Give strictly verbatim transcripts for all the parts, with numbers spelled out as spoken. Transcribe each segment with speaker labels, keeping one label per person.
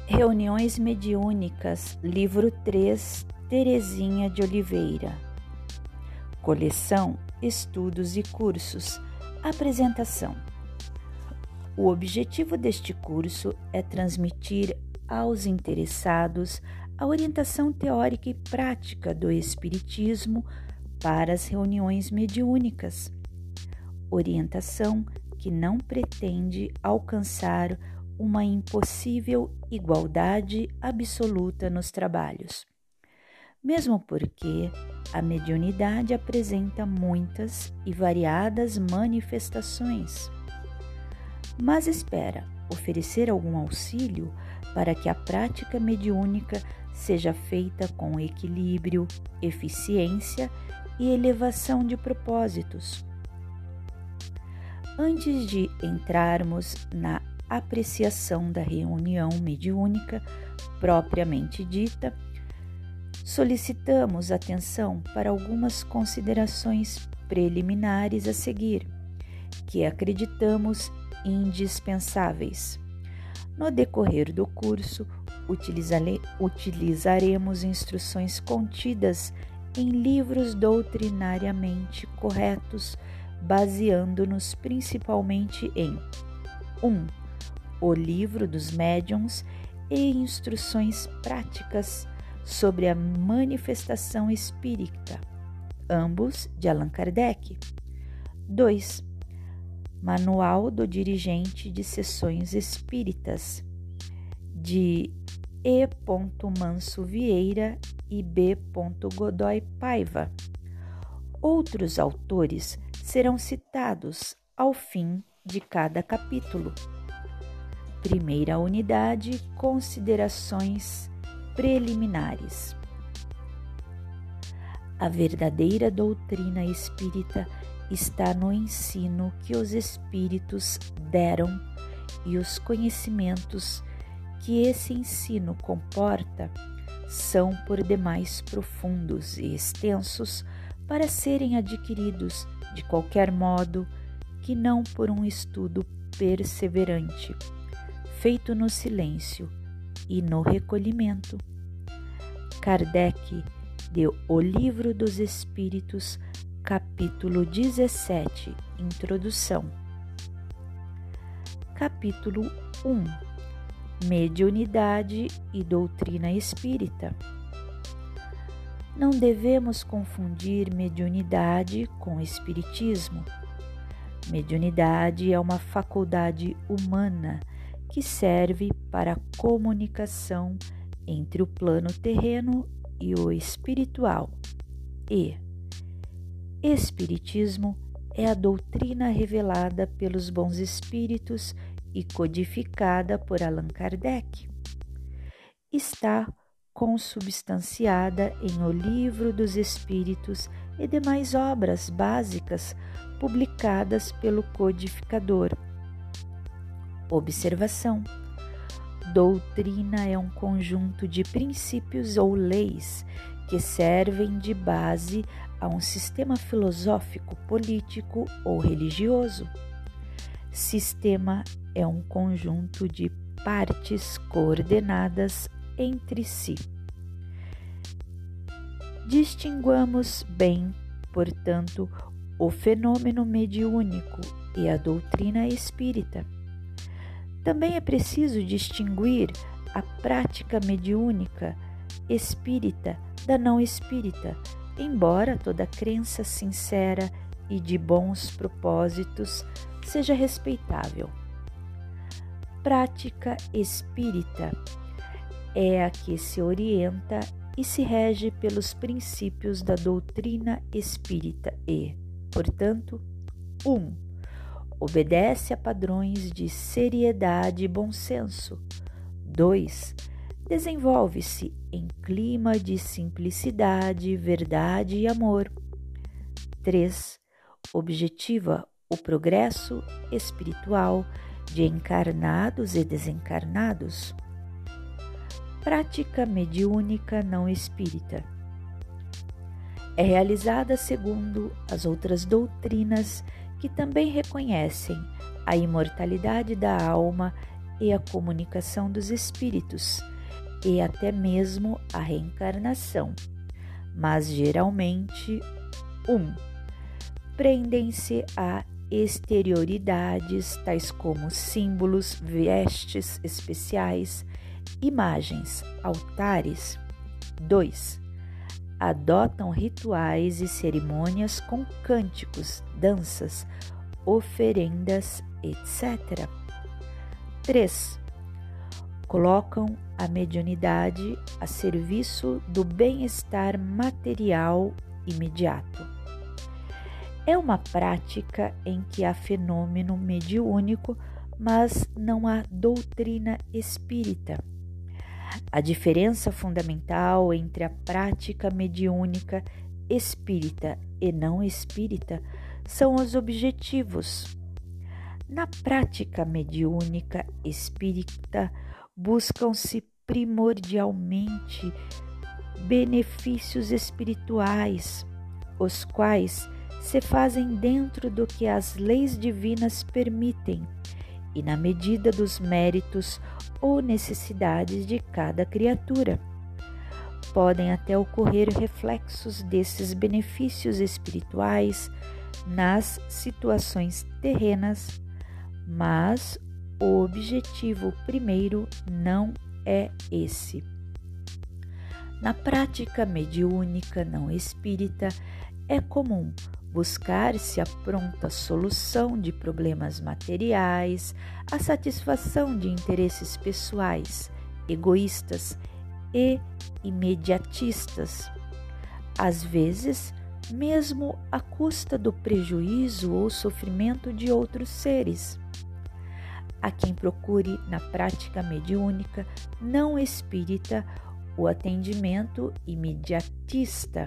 Speaker 1: Reuniões Mediúnicas, livro três, Terezinha de Oliveira. Coleção, estudos e cursos. Apresentação. O objetivo deste curso é transmitir aos interessados a orientação teórica e prática do Espiritismo para as reuniões mediúnicas. Orientação que não pretende alcançar uma impossível igualdade absoluta nos trabalhos, mesmo porque a mediunidade apresenta muitas e variadas manifestações. Mas espera oferecer algum auxílio para que a prática mediúnica seja feita com equilíbrio, eficiência e elevação de propósitos. Antes de entrarmos na apreciação da reunião mediúnica propriamente dita, solicitamos atenção para algumas considerações preliminares a seguir, que acreditamos indispensáveis. No decorrer do curso, utilizaremos instruções contidas em livros doutrinariamente corretos, baseando-nos principalmente em um O Livro dos Médiuns e instruções práticas sobre a manifestação espírita, ambos de Allan Kardec. dois Manual do Dirigente de Sessões Espíritas, de E. Manso Vieira e B. Godoy Paiva. Outros autores serão citados ao fim de cada capítulo. Primeira unidade, considerações preliminares. A verdadeira doutrina espírita está no ensino que os espíritos deram e os conhecimentos que esse ensino comporta são por demais profundos e extensos para serem adquiridos de qualquer modo que não por um estudo perseverante, feito no silêncio e no recolhimento. Kardec deu O Livro dos Espíritos, capítulo dezessete, Introdução. Capítulo um, Mediunidade e Doutrina Espírita. Não devemos confundir mediunidade com espiritismo. Mediunidade é uma faculdade humana que serve para a comunicação entre o plano terreno e o espiritual. E Espiritismo é a doutrina revelada pelos bons espíritos e codificada por Allan Kardec. Está consubstanciada em O Livro dos Espíritos e demais obras básicas publicadas pelo codificador. Observação: doutrina é um conjunto de princípios ou leis que servem de base a um sistema filosófico, político ou religioso. Sistema é um conjunto de partes coordenadas entre si. Distinguamos bem, portanto, o fenômeno mediúnico e a doutrina espírita. Também é preciso distinguir a prática mediúnica espírita da não espírita, embora toda crença sincera e de bons propósitos seja respeitável. Prática espírita é a que se orienta e se rege pelos princípios da doutrina espírita e, portanto, um obedece a padrões de seriedade e bom senso. dois Desenvolve-se em clima de simplicidade, verdade e amor. três Objetiva o progresso espiritual de encarnados e desencarnados. Prática mediúnica não espírita. É realizada segundo as outras doutrinas que também reconhecem a imortalidade da alma e a comunicação dos espíritos, e até mesmo a reencarnação, mas geralmente um prendem-se a exterioridades tais como símbolos, vestes especiais, imagens, altares. dois Adotam rituais e cerimônias com cânticos, danças, oferendas, etcétera. três Colocam a mediunidade a serviço do bem-estar material imediato. É uma prática em que há fenômeno mediúnico, mas não há doutrina espírita. A diferença fundamental entre a prática mediúnica espírita e não espírita são os objetivos. Na prática mediúnica espírita, buscam-se primordialmente benefícios espirituais, os quais se fazem dentro do que as leis divinas permitem e na medida dos méritos ou necessidades de cada criatura. Podem até ocorrer reflexos desses benefícios espirituais nas situações terrenas, mas o objetivo primeiro não é esse. Na prática mediúnica não espírita, é comum buscar-se a pronta solução de problemas materiais, a satisfação de interesses pessoais, egoístas e imediatistas, às vezes mesmo à custa do prejuízo ou sofrimento de outros seres. Há quem procure na prática mediúnica não espírita o atendimento imediatista.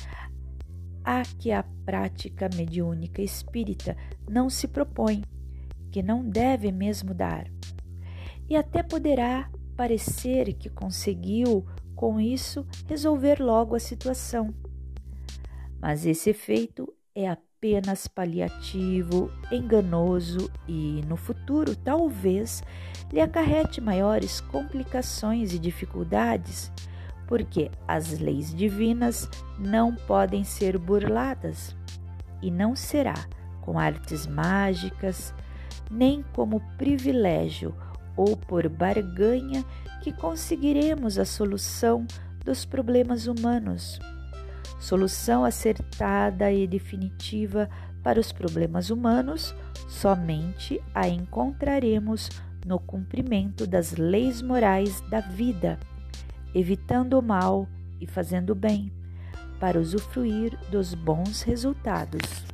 Speaker 1: Há que a prática mediúnica espírita não se propõe, que não deve mesmo dar. E até poderá parecer que conseguiu, com isso, resolver logo a situação. Mas esse efeito é apenas paliativo, enganoso e, no futuro, talvez lhe acarrete maiores complicações e dificuldades, porque as leis divinas não podem ser burladas, e não será com artes mágicas, nem como privilégio ou por barganha que conseguiremos a solução dos problemas humanos. Solução acertada e definitiva para os problemas humanos somente a encontraremos no cumprimento das leis morais da vida, evitando o mal e fazendo o bem, para usufruir dos bons resultados.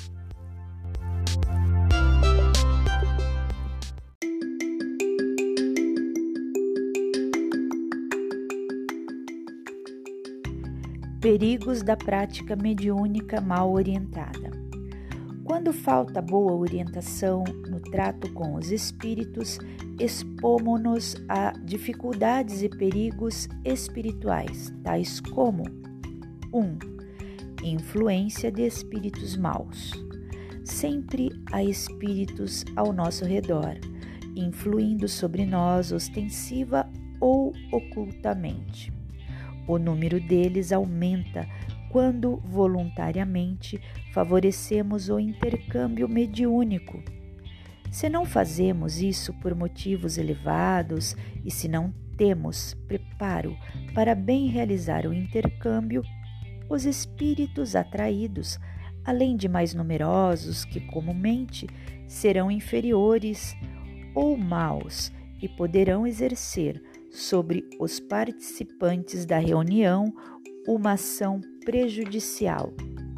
Speaker 1: Perigos da prática mediúnica mal orientada. Quando falta boa orientação no trato com os espíritos, expomos-nos a dificuldades e perigos espirituais, tais como um Influência de espíritos maus. Sempre há espíritos ao nosso redor, influindo sobre nós ostensiva ou ocultamente. O número deles aumenta quando voluntariamente favorecemos o intercâmbio mediúnico. Se não fazemos isso por motivos elevados e se não temos preparo para bem realizar o intercâmbio, os espíritos atraídos, além de mais numerosos que comumente, serão inferiores ou maus e poderão exercer sobre os participantes da reunião uma ação prejudicial.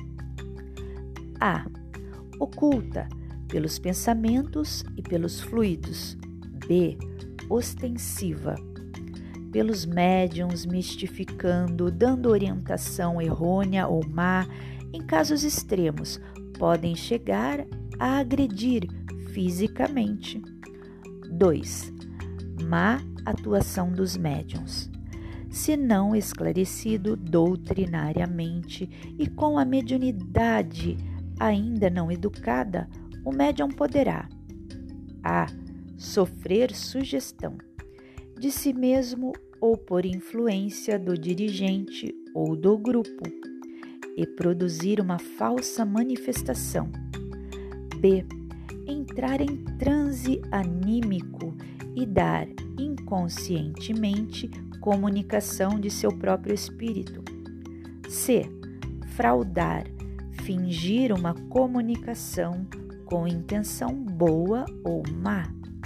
Speaker 1: A. Oculta, pelos pensamentos e pelos fluidos. B. Ostensiva, pelos médiuns mistificando, dando orientação errônea ou má. Em casos extremos, podem chegar a agredir fisicamente. dois. Má atuação dos médiuns. Se não esclarecido doutrinariamente e com a mediunidade ainda não educada, o médium poderá a. sofrer sugestão de si mesmo ou por influência do dirigente ou do grupo e produzir uma falsa manifestação. B. Entrar em transe anímico e dar inconscientemente comunicação de seu próprio espírito. C. Fraudar, fingir uma comunicação com intenção boa ou má.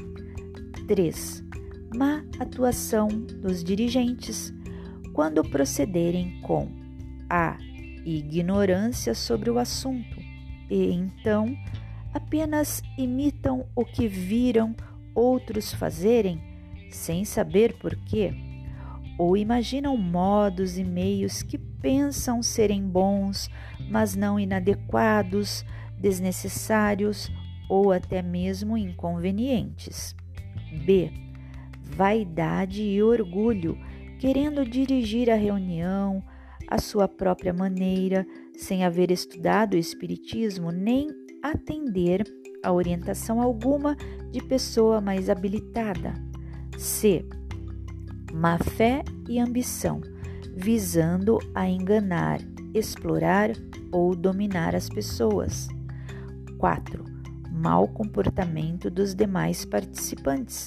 Speaker 1: três. Má atuação dos dirigentes quando procederem com a ignorância sobre o assunto e então apenas imitam o que viram outros fazerem sem saber por quê, ou imaginam modos e meios que pensam serem bons, mas não inadequados, desnecessários ou até mesmo inconvenientes. B. Vaidade e orgulho, querendo dirigir a reunião à sua própria maneira, sem haver estudado o Espiritismo nem atender a orientação alguma de pessoa mais habilitada. C. Má fé e ambição, visando a enganar, explorar ou dominar as pessoas. quatro. Mau comportamento dos demais participantes.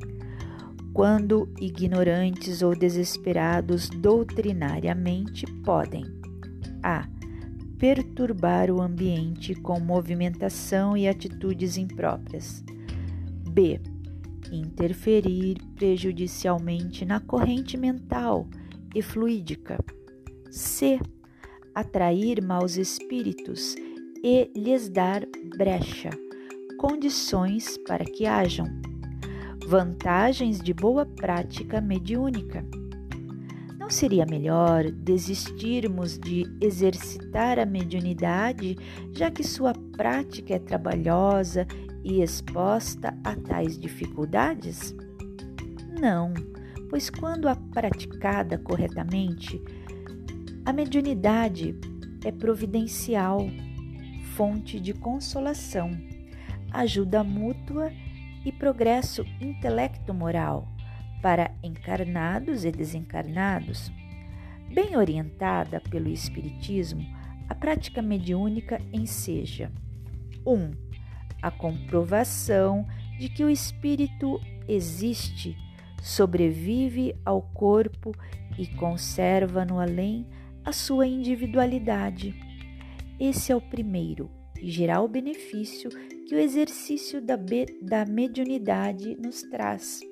Speaker 1: Quando ignorantes ou desesperados doutrinariamente podem a. perturbar o ambiente com movimentação e atitudes impróprias. B. Interferir prejudicialmente na corrente mental e fluídica. C. Atrair maus espíritos e lhes dar brecha, condições para que hajam. Vantagens de boa prática mediúnica. Não seria melhor desistirmos de exercitar a mediunidade, já que sua prática é trabalhosa e exposta a tais dificuldades? Não, pois quando a praticada corretamente, a mediunidade é providencial, fonte de consolação, ajuda mútua e progresso intelecto-moral para encarnados e desencarnados. Bem orientada pelo Espiritismo, a prática mediúnica enseja um. A comprovação de que o espírito existe, sobrevive ao corpo e conserva no além a sua individualidade. Esse é o primeiro e geral benefício que o exercício da, be- da mediunidade nos traz.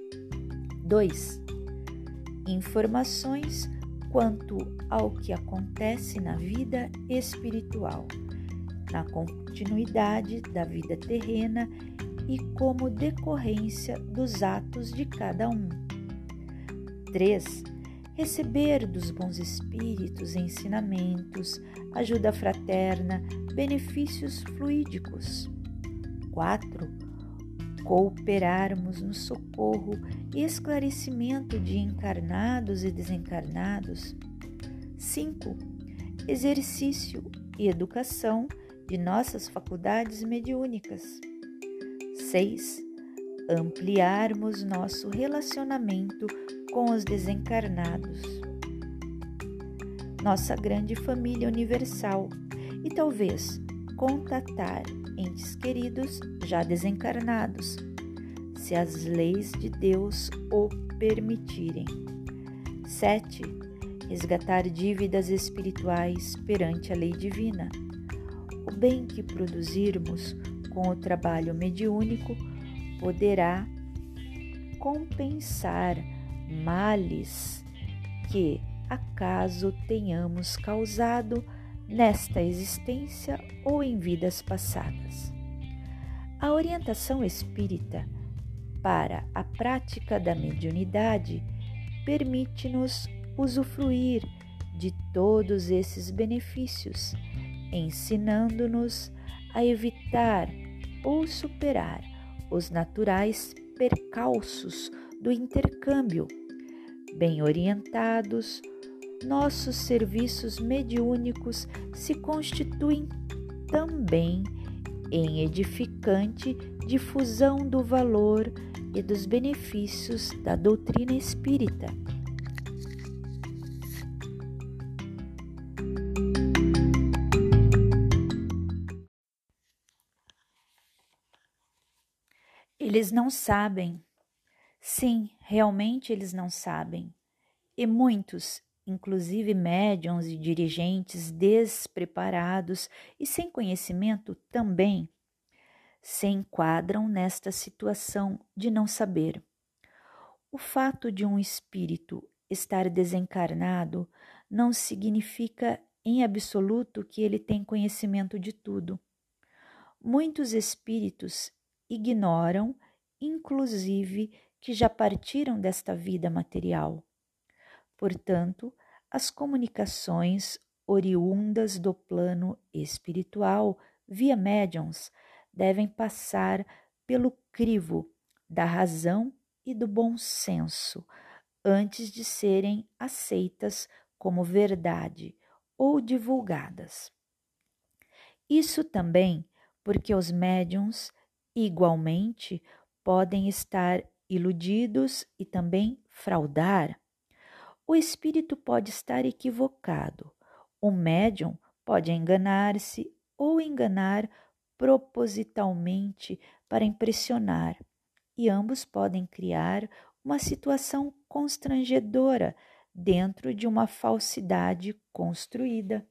Speaker 1: dois. Informações quanto ao que acontece na vida espiritual, na continuidade da vida terrena e como decorrência dos atos de cada um. três. Receber dos bons espíritos ensinamentos, ajuda fraterna, benefícios fluídicos. quatro. Cooperarmos no socorro e esclarecimento de encarnados e desencarnados. cinco. Exercício e educação de nossas faculdades mediúnicas. seis. Ampliarmos nosso relacionamento com os desencarnados, nossa grande família universal, e talvez contatar entes queridos já desencarnados, se as leis de Deus o permitirem. sete. Resgatar dívidas espirituais perante a lei divina. O bem que produzirmos com o trabalho mediúnico poderá compensar males que acaso tenhamos causado nesta existência ou em vidas passadas. A orientação espírita para a prática da mediunidade permite-nos usufruir de todos esses benefícios, ensinando-nos a evitar ou superar os naturais percalços do intercâmbio. Bem orientados, nossos serviços mediúnicos se constituem também em edificante difusão do valor e dos benefícios da doutrina espírita. Eles não sabem. Sim, realmente eles não sabem. E muitos, inclusive médiuns e dirigentes despreparados e sem conhecimento também, se enquadram nesta situação de não saber. O fato de um espírito estar desencarnado não significa em absoluto que ele tem conhecimento de tudo. Muitos espíritos ignoram, inclusive, que já partiram desta vida material. Portanto, as comunicações oriundas do plano espiritual via médiuns devem passar pelo crivo da razão e do bom senso antes de serem aceitas como verdade ou divulgadas. Isso também porque os médiuns, igualmente, podem estar iludidos e também fraudar. O espírito pode estar equivocado. O médium pode enganar-se ou enganar propositalmente para impressionar, e ambos podem criar uma situação constrangedora dentro de uma falsidade construída.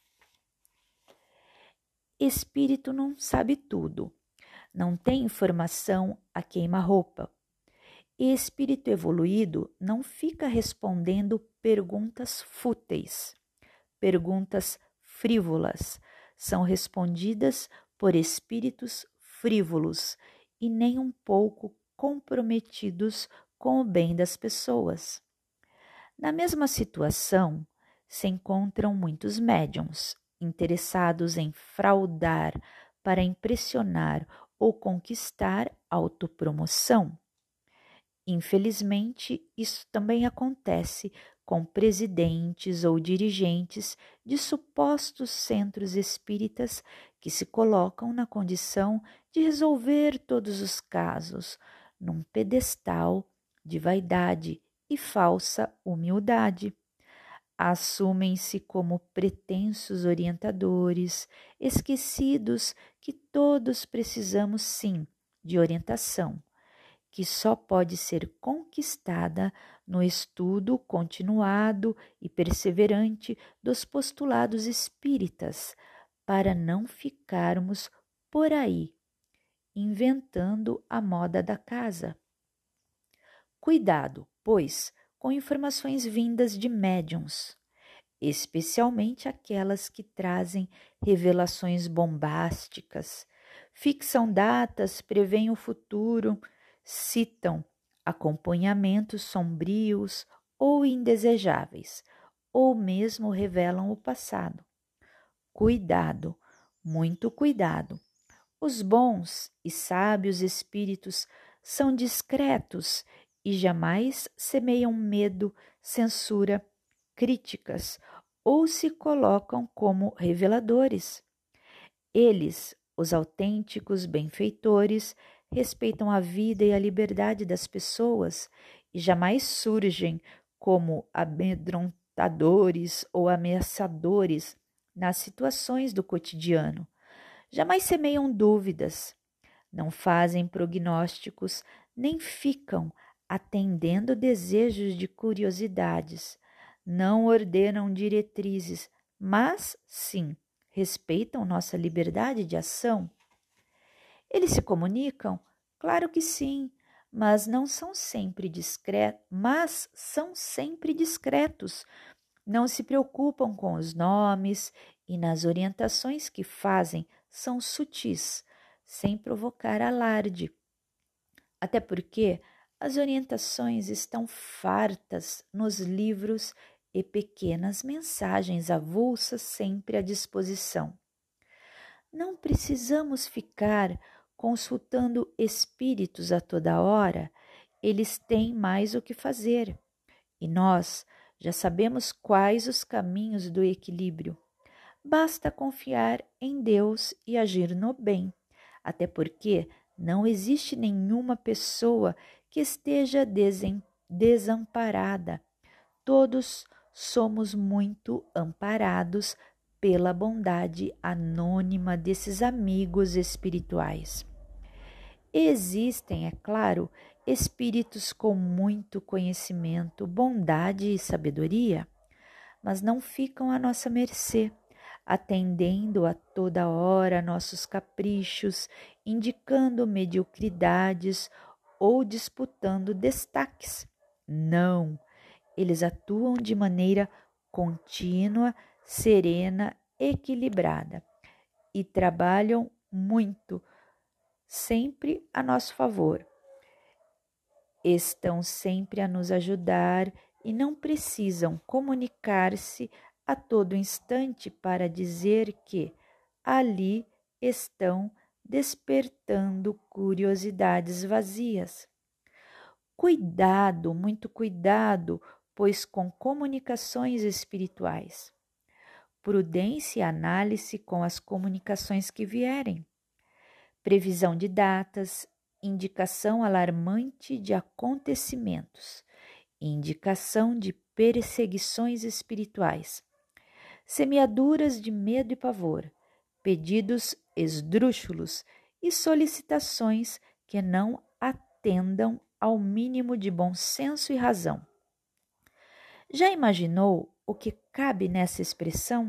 Speaker 1: Espírito não sabe tudo, não tem informação a queima-roupa. E espírito evoluído não fica respondendo perguntas fúteis, perguntas frívolas, são respondidas por espíritos frívolos e nem um pouco comprometidos com o bem das pessoas. Na mesma situação se encontram muitos médiuns interessados em fraudar para impressionar ou conquistar autopromoção. Infelizmente, isso também acontece com presidentes ou dirigentes de supostos centros espíritas que se colocam na condição de resolver todos os casos, num pedestal de vaidade e falsa humildade. Assumem-se como pretensos orientadores, esquecidos que todos precisamos sim de orientação, que só pode ser conquistada no estudo continuado e perseverante dos postulados espíritas, para não ficarmos por aí inventando a moda da casa. Cuidado, pois, com informações vindas de médiuns, especialmente aquelas que trazem revelações bombásticas, fixam datas, preveem o futuro, citam acompanhamentos sombrios ou indesejáveis, ou mesmo revelam o passado. Cuidado, muito cuidado. Os bons e sábios espíritos são discretos e jamais semeiam medo, censura, críticas ou se colocam como reveladores. Eles, os autênticos benfeitores, respeitam a vida e a liberdade das pessoas e jamais surgem como amedrontadores ou ameaçadores nas situações do cotidiano. Jamais semeiam dúvidas, não fazem prognósticos, nem ficam atendendo desejos de curiosidades, não ordenam diretrizes, mas, sim, respeitam nossa liberdade de ação. Eles se comunicam? Claro que sim, mas não são sempre discretos, mas são sempre discretos. Não se preocupam com os nomes e nas orientações que fazem são sutis, sem provocar alarde. Até porque as orientações estão fartas nos livros e pequenas mensagens avulsas sempre à disposição. Não precisamos ficar consultando espíritos a toda hora, eles têm mais o que fazer. E nós já sabemos quais os caminhos do equilíbrio. Basta confiar em Deus e agir no bem, até porque Não existe nenhuma pessoa que esteja desamparada. Todos somos muito amparados pela bondade anônima desses amigos espirituais. Existem, é claro, espíritos com muito conhecimento, bondade e sabedoria, mas não ficam à nossa mercê, atendendo a toda hora nossos caprichos, indicando mediocridades ou disputando destaques. Não, eles atuam de maneira contínua, serena, equilibrada e trabalham muito, sempre a nosso favor. Estão sempre a nos ajudar e não precisam comunicar-se a todo instante para dizer que ali estão despertando curiosidades vazias. Cuidado, muito cuidado, pois com comunicações espirituais. Prudência e análise com as comunicações que vierem. Previsão de datas, indicação alarmante de acontecimentos, indicação de perseguições espirituais, semeaduras de medo e pavor, pedidos esdrúxulos e solicitações que não atendam ao mínimo de bom senso e razão. Já imaginou o que cabe nessa expressão?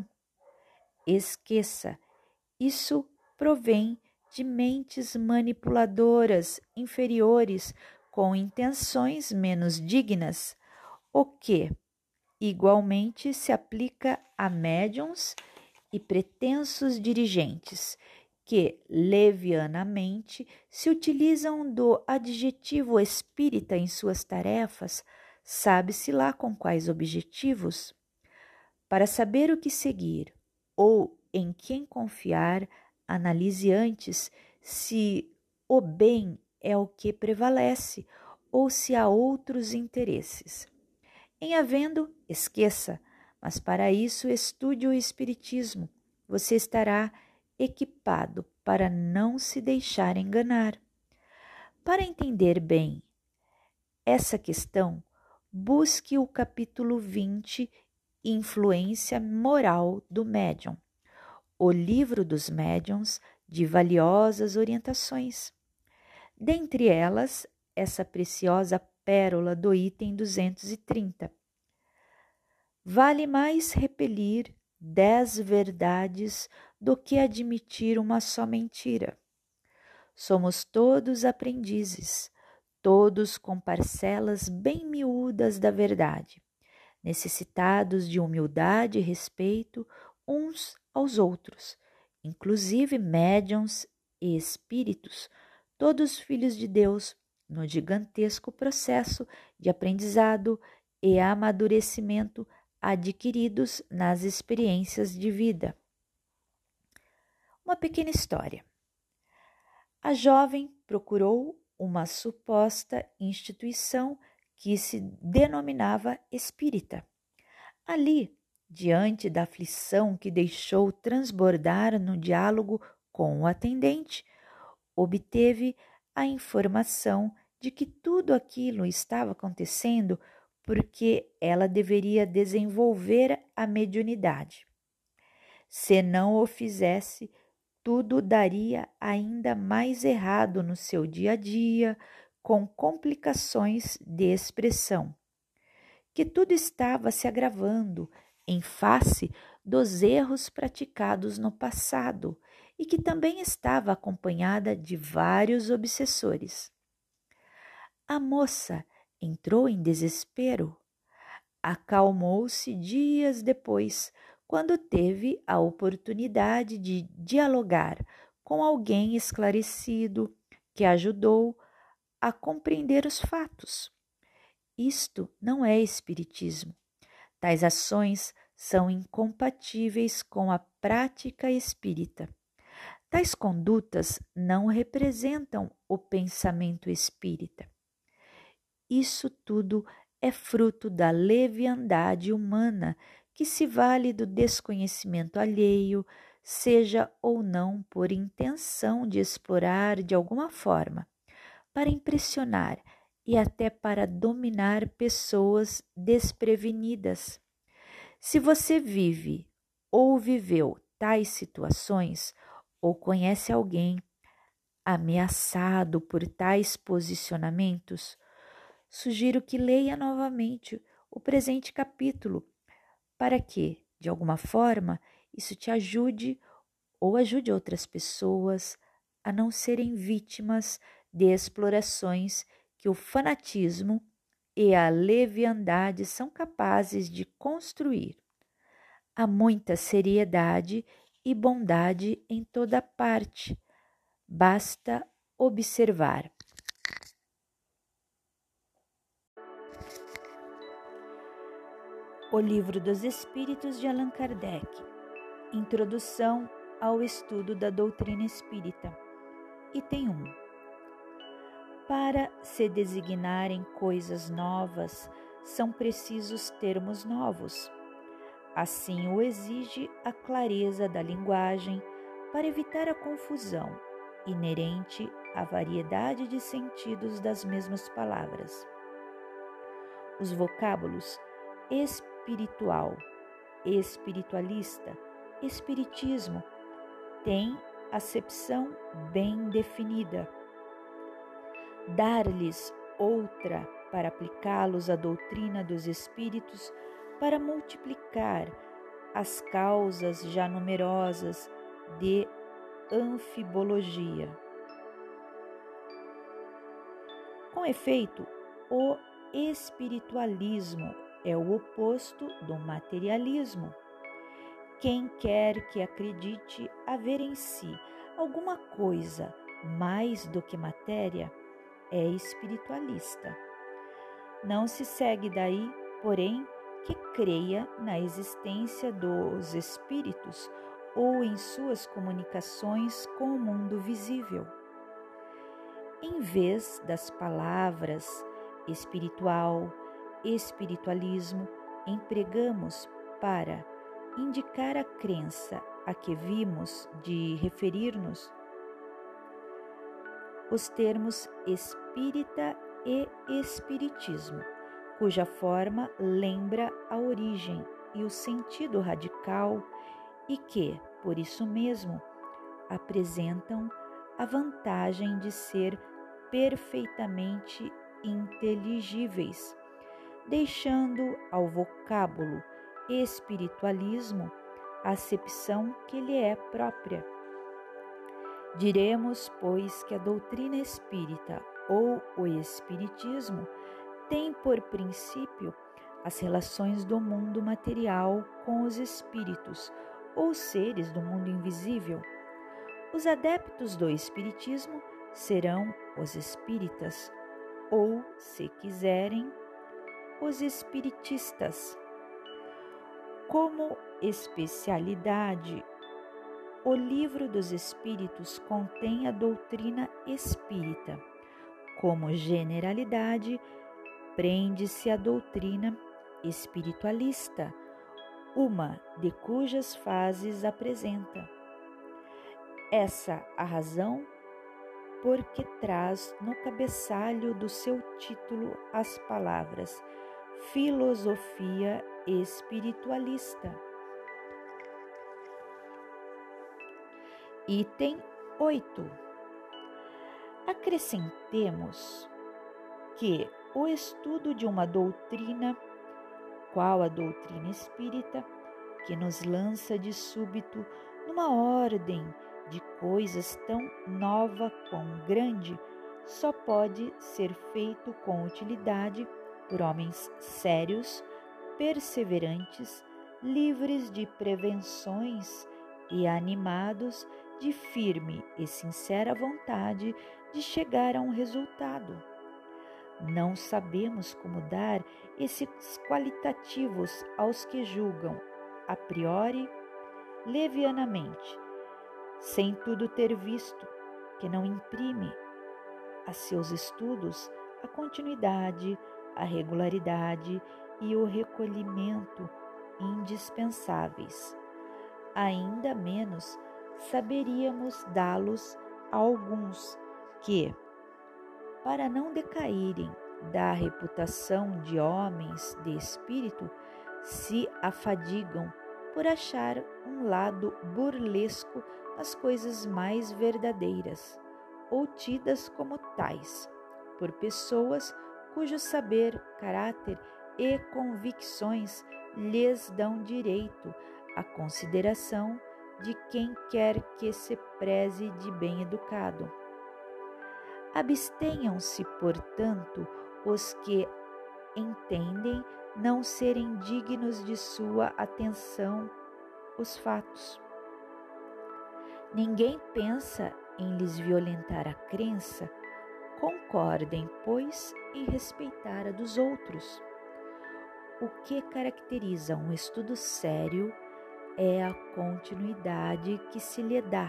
Speaker 1: Esqueça, isso provém de mentes manipuladoras inferiores com intenções menos dignas, o que igualmente se aplica a médiuns e pretensos dirigentes que levianamente se utilizam do adjetivo espírita em suas tarefas, sabe-se lá com quais objetivos. Para saber o que seguir ou em quem confiar, analise antes se o bem é o que prevalece ou se há outros interesses. Em havendo, esqueça, mas para isso estude o Espiritismo. Você estará equipado para não se deixar enganar. Para entender bem essa questão, busque o capítulo vinte, Influência Moral do Médium, o livro dos médiuns de valiosas orientações. Dentre elas, essa preciosa pérola do item duzentos e trinta. Vale mais repelir dez verdades do que admitir uma só mentira. Somos todos aprendizes, todos com parcelas bem miúdas da verdade, necessitados de humildade e respeito uns aos outros, inclusive médiuns e espíritos, todos filhos de Deus, no gigantesco processo de aprendizado e amadurecimento adquiridos nas experiências de vida. Uma pequena história. A jovem procurou uma suposta instituição que se denominava espírita. Ali, diante da aflição que deixou transbordar no diálogo com o atendente, obteve a informação de que tudo aquilo estava acontecendo porque ela deveria desenvolver a mediunidade. Se não o fizesse, tudo daria ainda mais errado no seu dia a dia, com complicações de expressão. Que tudo estava se agravando em face dos erros praticados no passado e que também estava acompanhada de vários obsessores. A moça entrou em desespero. Acalmou-se dias depois, quando teve a oportunidade de dialogar com alguém esclarecido que ajudou a compreender os fatos. Isto não é espiritismo. Tais ações são incompatíveis com a prática espírita. Tais condutas não representam o pensamento espírita. Isso tudo é fruto da leviandade humana que se vale do desconhecimento alheio, seja ou não por intenção de explorar de alguma forma, para impressionar e até para dominar pessoas desprevenidas. Se você vive ou viveu tais situações, ou conhece alguém ameaçado por tais posicionamentos, sugiro que leia novamente o presente capítulo para que, de alguma forma, isso te ajude ou ajude outras pessoas a não serem vítimas de explorações que o fanatismo e a leviandade são capazes de construir. Há muita seriedade e bondade em toda parte. Basta observar. O Livro dos Espíritos de Allan Kardec. Introdução ao estudo da doutrina espírita. Item um. Para se designarem coisas novas, são precisos termos novos. Assim o exige a clareza da linguagem para evitar a confusão inerente à variedade de sentidos das mesmas palavras. Os vocábulos espiritual, espiritualista, espiritismo têm acepção bem definida. Dar-lhes outra para aplicá-los à doutrina dos espíritos, para multiplicar as causas já numerosas de anfibologia. Com efeito, o espiritualismo é o oposto do materialismo. Quem quer que acredite haver em si alguma coisa mais do que matéria é espiritualista. Não se segue daí, porém, que creia na existência dos espíritos ou em suas comunicações com o mundo visível. Em vez das palavras espiritual, espiritualismo, empregamos para indicar a crença a que vimos de referir-nos os termos espírita e espiritismo, cuja forma lembra a origem e o sentido radical e que, por isso mesmo, apresentam a vantagem de ser perfeitamente inteligíveis, deixando ao vocábulo espiritualismo a acepção que lhe é própria. Diremos, pois, que a doutrina espírita ou o espiritismo tem por princípio as relações do mundo material com os espíritos ou seres do mundo invisível. Os adeptos do espiritismo serão os espíritas ou, se quiserem, os espiritistas. Como especialidade, o Livro dos Espíritos contém a doutrina espírita. Como generalidade, prende-se a doutrina espiritualista, uma de cujas fases apresenta. Essa a razão porque traz no cabeçalho do seu título as palavras Filosofia Espiritualista. Item oito. Acrescentemos que o estudo de uma doutrina, qual a doutrina espírita, que nos lança de súbito numa ordem de coisas tão nova quão grande, só pode ser feito com utilidade por homens sérios, perseverantes, livres de prevenções e animados de firme e sincera vontade de chegar a um resultado. Não sabemos como dar esses qualitativos aos que julgam, a priori, levianamente, sem tudo ter visto, que não imprime a seus estudos a continuidade, a regularidade e o recolhimento indispensáveis. ainda menos saberíamos dá-los a alguns que, para não decaírem da reputação de homens de espírito, se afadigam por achar um lado burlesco nas coisas mais verdadeiras, ou tidas como tais, por pessoas cujo saber, caráter e convicções lhes dão direito à consideração de quem quer que se preze de bem educado. Abstenham-se, portanto, os que entendem não serem dignos de sua atenção os fatos. Ninguém pensa em lhes violentar a crença, concordem, pois, em respeitar a dos outros. O que caracteriza um estudo sério é a continuidade que se lhe dá.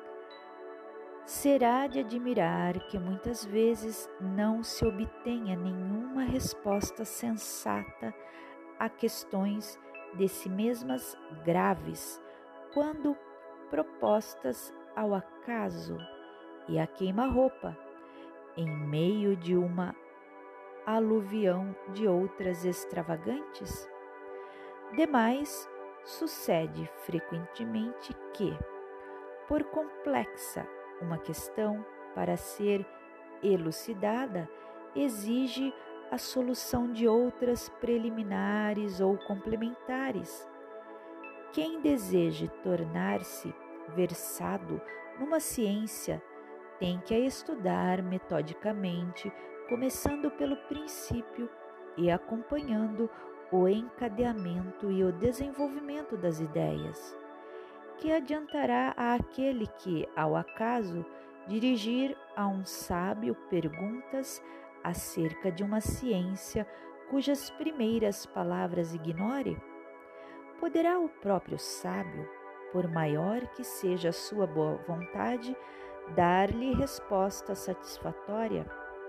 Speaker 1: Será de admirar que muitas vezes não se obtenha nenhuma resposta sensata a questões de si mesmas graves, quando propostas ao acaso e à queima-roupa, em meio de uma aluvião de outras extravagantes. Demais, sucede frequentemente que, por complexa uma questão para ser elucidada, exige a solução de outras preliminares ou complementares. Quem deseje tornar-se versado numa ciência tem que a estudar metodicamente, começando pelo princípio e acompanhando o encadeamento e o desenvolvimento das ideias. Que adiantará àquele que, ao acaso, dirigir a um sábio perguntas acerca de uma ciência cujas primeiras palavras ignore? Poderá o próprio sábio, por maior que seja a sua boa vontade, dar-lhe resposta satisfatória?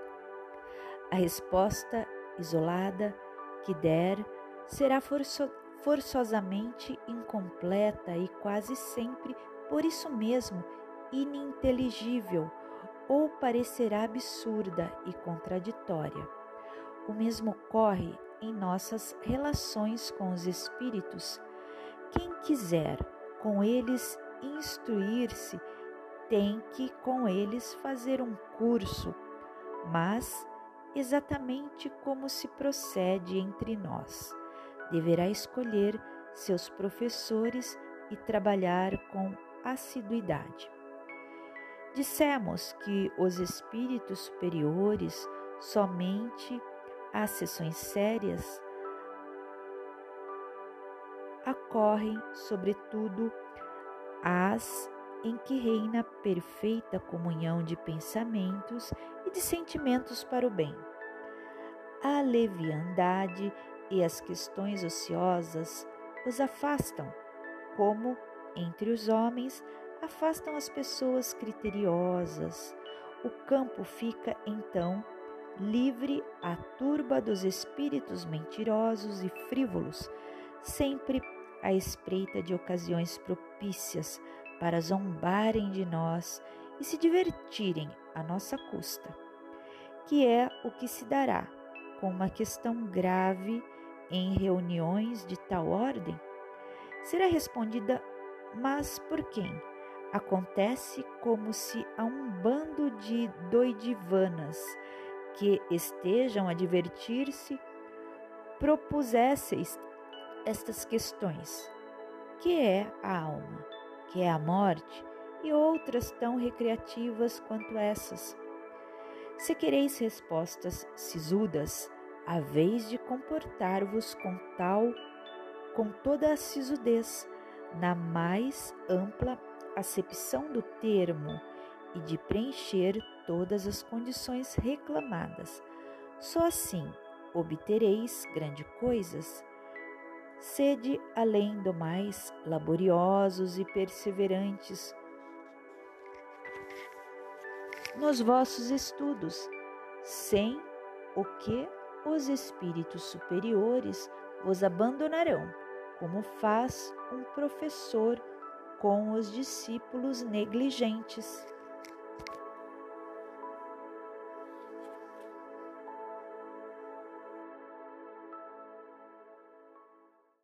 Speaker 1: A resposta isolada que der será forço, forçosamente incompleta e quase sempre, por isso mesmo, ininteligível, ou parecerá absurda e contraditória. O mesmo ocorre em nossas relações com os espíritos. Quem quiser com eles instruir-se, tem que com eles fazer um curso, mas exatamente como se procede entre nós. Deverá escolher seus professores e trabalhar com assiduidade. Dissemos que os espíritos superiores, somente às sessões sérias, ocorrem, sobretudo, as em que reina perfeita comunhão de pensamentos e de sentimentos para o bem. A leviandade e as questões ociosas os afastam, como, entre os homens, afastam as pessoas criteriosas. O campo fica, então, livre à turba dos espíritos mentirosos e frívolos, sempre à espreita de ocasiões propícias para zombarem de nós e se divertirem à nossa custa, que é o que se dará com uma questão grave em reuniões de tal ordem. Será respondida, mas por quem? Acontece como se a um bando de doidivanas que estejam a divertir-se propusesseis estas questões: que é a alma, que é a morte, e outras tão recreativas quanto essas. Se quereis respostas sisudas, haveis de comportar-vos com tal, com toda a sisudez, na mais ampla acepção do termo, e de preencher todas as condições reclamadas. Só assim obtereis grandes coisas. Sede, além do mais, laboriosos e perseverantes nos vossos estudos, sem o que os espíritos superiores vos abandonarão, como faz um professor com os discípulos negligentes